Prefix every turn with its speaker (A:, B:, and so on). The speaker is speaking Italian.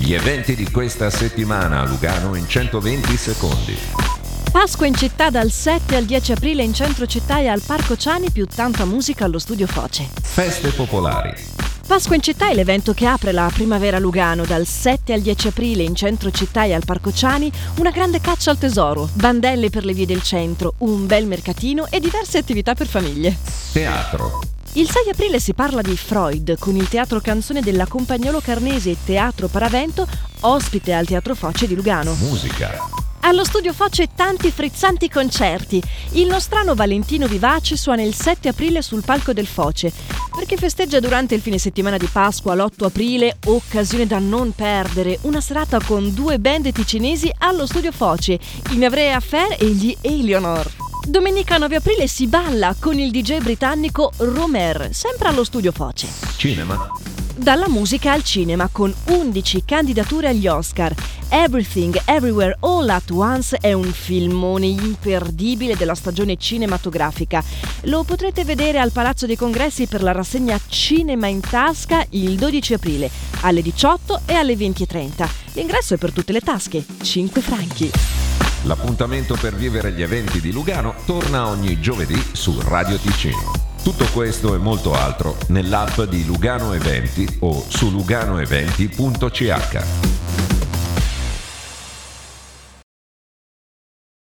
A: Gli eventi di questa settimana a Lugano in 120 secondi.
B: Pasqua in città dal 7 al 10 aprile in centro città e al Parco Ciani, più tanta musica allo Studio Foce.
A: Feste popolari.
B: Pasqua in città è l'evento che apre la primavera a Lugano. Dal 7 al 10 aprile in centro città e al Parco Ciani una grande caccia al tesoro, bandelle per le vie del centro, un bel mercatino e diverse attività per famiglie.
A: Teatro.
B: Il 6 aprile si parla di Freud con il Teatro Canzone della Compagnolo Carnese e Teatro Paravento, ospite al Teatro Foce di Lugano.
A: Musica.
B: Allo Studio Foce tanti frizzanti concerti. Il nostrano Valentino Vivace suona il 7 aprile sul palco del Foce. Per chi festeggia durante il fine settimana di Pasqua l'8 aprile, occasione da non perdere, una serata con 2 band ticinesi allo Studio Foce, i Navrea Affair e gli Eleanor. Domenica 9 aprile si balla con il DJ britannico Romer, sempre allo Studio Foce.
A: Cinema.
B: Dalla musica al cinema con 11 candidature agli Oscar. Everything Everywhere All at Once è un filmone imperdibile della stagione cinematografica. Lo potrete vedere al Palazzo dei Congressi per la rassegna Cinema in Tasca il 12 aprile alle 18 e alle 20:30. L'ingresso è per tutte le tasche, 5 franchi.
A: L'appuntamento per vivere gli eventi di Lugano torna ogni giovedì su Radio Ticino. Tutto questo e molto altro nell'app di Lugano Eventi o su luganoeventi.ch.